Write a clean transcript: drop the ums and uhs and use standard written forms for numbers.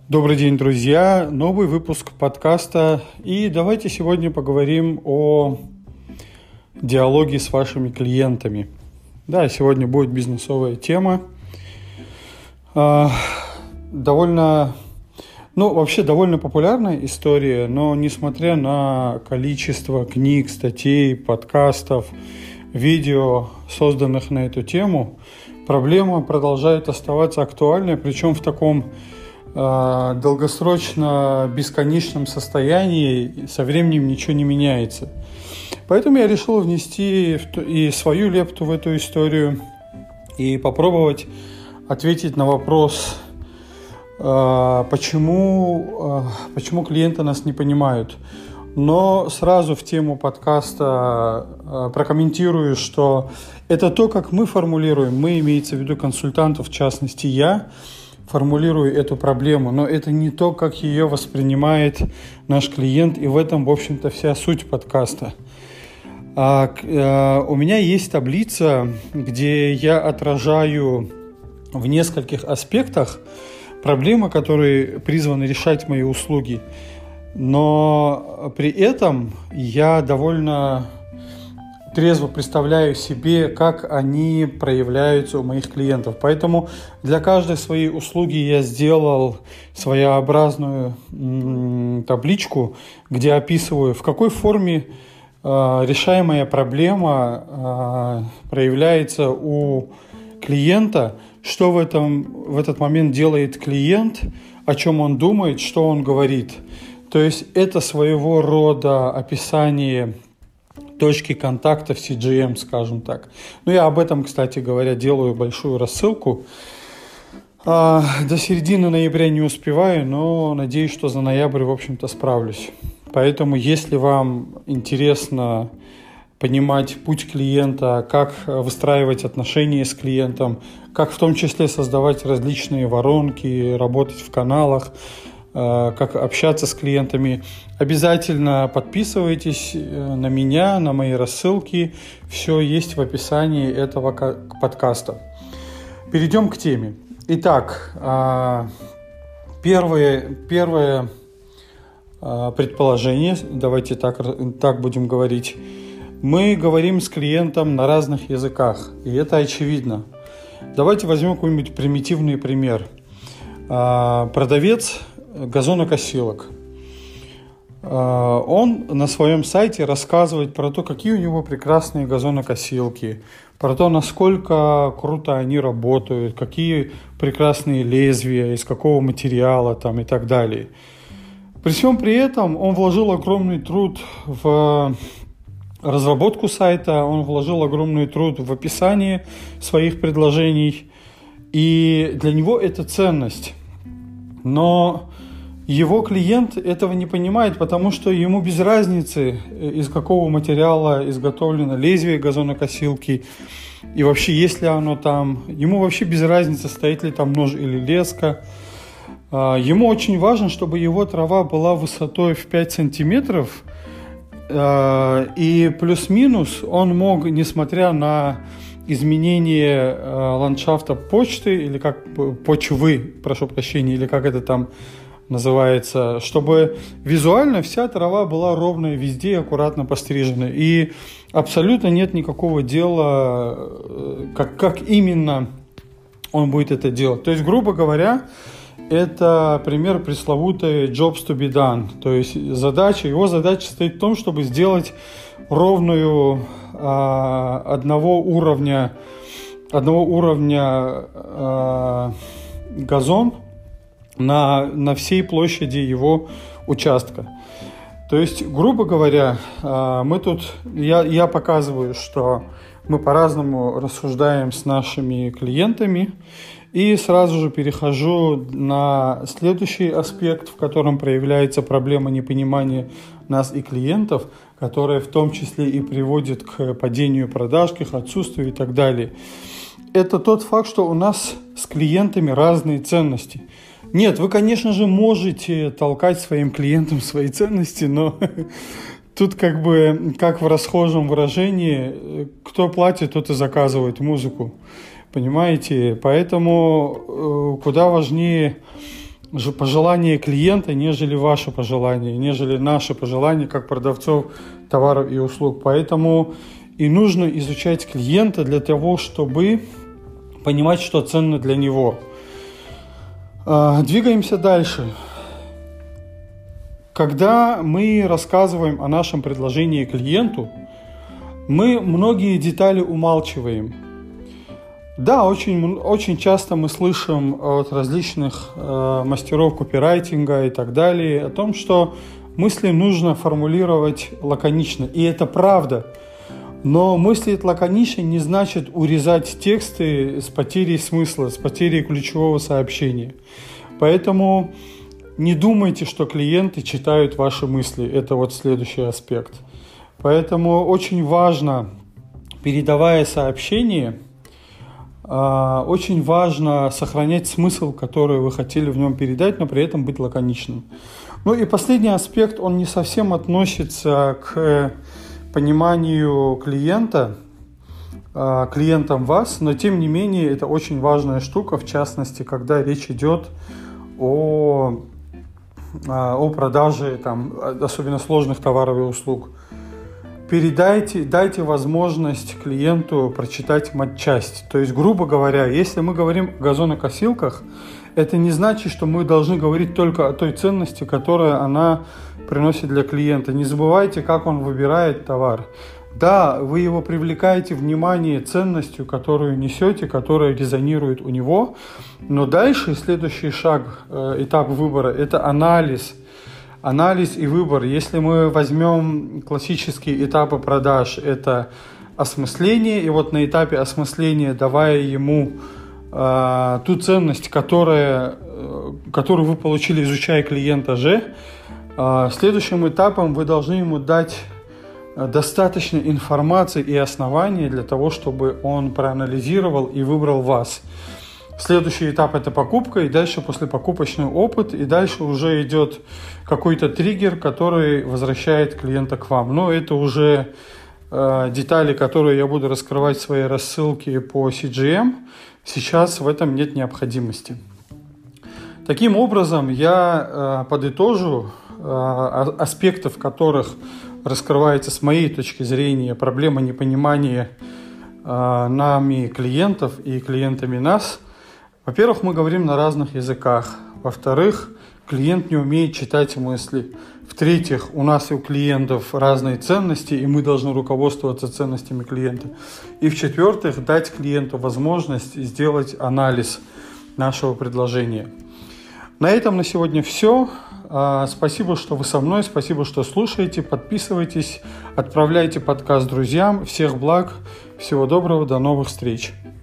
Добрый день, друзья! Новый выпуск подкаста. И давайте сегодня поговорим о диалоге с вашими клиентами. Да, сегодня будет бизнесовая тема. Довольно популярная история, но несмотря на количество книг, статей, подкастов, видео, созданных на эту тему, проблема продолжает оставаться актуальной, причем в таком долгосрочно бесконечном состоянии, со временем ничего не меняется. Поэтому я решил внести и свою лепту в эту историю и попробовать ответить на вопрос, почему клиенты нас не понимают. Но сразу в тему подкаста прокомментирую, что это то, как мы формулируем, мы, имеется в виду консультантов, в частности я, формулирую эту проблему, но это не то, как ее воспринимает наш клиент, и в этом, в общем-то, вся суть подкаста. У меня есть таблица, где я отражаю в нескольких аспектах проблемы, которые призваны решать мои услуги, но при этом я довольно трезво представляю себе, как они проявляются у моих клиентов. Поэтому для каждой своей услуги я сделал своеобразную табличку, где описываю, в какой форме решаемая проблема проявляется у клиента, что в этот момент делает клиент, о чем он думает, что он говорит. То есть это своего рода описание точки контакта в CGM, скажем так. Я об этом, кстати говоря, делаю большую рассылку. До середины ноября не успеваю, но надеюсь, что за ноябрь, в общем-то, справлюсь. Поэтому, если вам интересно понимать путь клиента, как выстраивать отношения с клиентом, как в том числе создавать различные воронки, работать в каналах, как общаться с клиентами, обязательно подписывайтесь на меня, на мои рассылки. Все есть в описании этого подкаста. Перейдем к теме. Итак, первое предположение, давайте так будем говорить. Мы говорим с клиентом на разных языках, и это очевидно. Давайте возьмем какой-нибудь примитивный пример. Продавец газонокосилок. Он на своем сайте рассказывает про то, какие у него прекрасные газонокосилки, про то, насколько круто они работают, какие прекрасные лезвия, из какого материала и так далее. При всем при этом он вложил огромный труд в разработку сайта, он вложил огромный труд в описание своих предложений, и для него это ценность. Но его клиент этого не понимает, потому что ему без разницы, из какого материала изготовлено лезвие газонокосилки, и вообще, есть ли оно там. Ему вообще без разницы, стоит ли там нож или леска. Ему очень важно, чтобы его трава была высотой в 5 сантиметров, и плюс-минус он мог, несмотря на изменение ландшафта почвы, или как это там называется, чтобы визуально вся трава была ровная везде, аккуратно пострижена. И абсолютно нет никакого дела, как именно он будет это делать. То есть, грубо говоря, это пример пресловутой jobs to be done. То есть его задача состоит в том, чтобы сделать ровную одного уровня газон на всей площади его участка. То есть, грубо говоря, я показываю, что мы по-разному рассуждаем с нашими клиентами, и сразу же перехожу на следующий аспект, в котором проявляется проблема непонимания нас и клиентов, которая в том числе и приводит к падению продаж, к их отсутствию и так далее. Это тот факт, что у нас с клиентами разные ценности. Нет, вы, конечно же, можете толкать своим клиентам свои ценности, но тут как в расхожем выражении, кто платит, тот и заказывает музыку. Понимаете? Поэтому куда важнее пожелания клиента, нежели ваши пожелания, нежели наши пожелания как продавцов товаров и услуг. Поэтому и нужно изучать клиента для того, чтобы понимать, что ценно для него. Двигаемся дальше. Когда мы рассказываем о нашем предложении клиенту, мы многие детали умалчиваем. Да, очень часто мы слышим от различных мастеров копирайтинга и так далее о том, что мысли нужно формулировать лаконично. И это правда. Но мыслить лаконично не значит урезать тексты с потерей смысла, с потерей ключевого сообщения. Поэтому не думайте, что клиенты читают ваши мысли. Это вот следующий аспект. Поэтому очень важно, передавая сообщение, очень важно сохранять смысл, который вы хотели в нем передать, но при этом быть лаконичным. Ну и последний аспект, он не совсем относится к пониманию клиента, клиентам вас, но тем не менее это очень важная штука, в частности, когда речь идет о продаже, особенно сложных товаров и услуг. Дайте возможность клиенту прочитать матчасть. То есть, грубо говоря, если мы говорим о газонокосилках, это не значит, что мы должны говорить только о той ценности, которую она приносит для клиента. Не забывайте, как он выбирает товар. Да, вы его привлекаете внимание ценностью, которую несете, которая резонирует у него, но дальше следующий шаг, этап выбора – это анализ и выбор. Если мы возьмем классические этапы продаж, это осмысление, и вот на этапе осмысления, давая ему ту ценность, которую вы получили, изучая клиента же, следующим этапом вы должны ему дать достаточно информации и оснований для того, чтобы он проанализировал и выбрал вас. Следующий этап – это покупка, и дальше после покупочный опыт, и дальше уже идет какой-то триггер, который возвращает клиента к вам. Но это уже детали, которые я буду раскрывать в своей рассылке по CGM. Сейчас в этом нет необходимости. Таким образом, я подытожу аспекты, в которых раскрывается с моей точки зрения проблема непонимания нами клиентов и клиентами нас. Во-первых, мы говорим на разных языках. Во-вторых, клиент не умеет читать мысли. В-третьих, у нас и у клиентов разные ценности, и мы должны руководствоваться ценностями клиента. И в-четвертых, дать клиенту возможность сделать анализ нашего предложения. На этом на сегодня все. Спасибо, что вы со мной, спасибо, что слушаете, подписывайтесь, отправляйте подкаст друзьям. Всех благ, всего доброго, до новых встреч.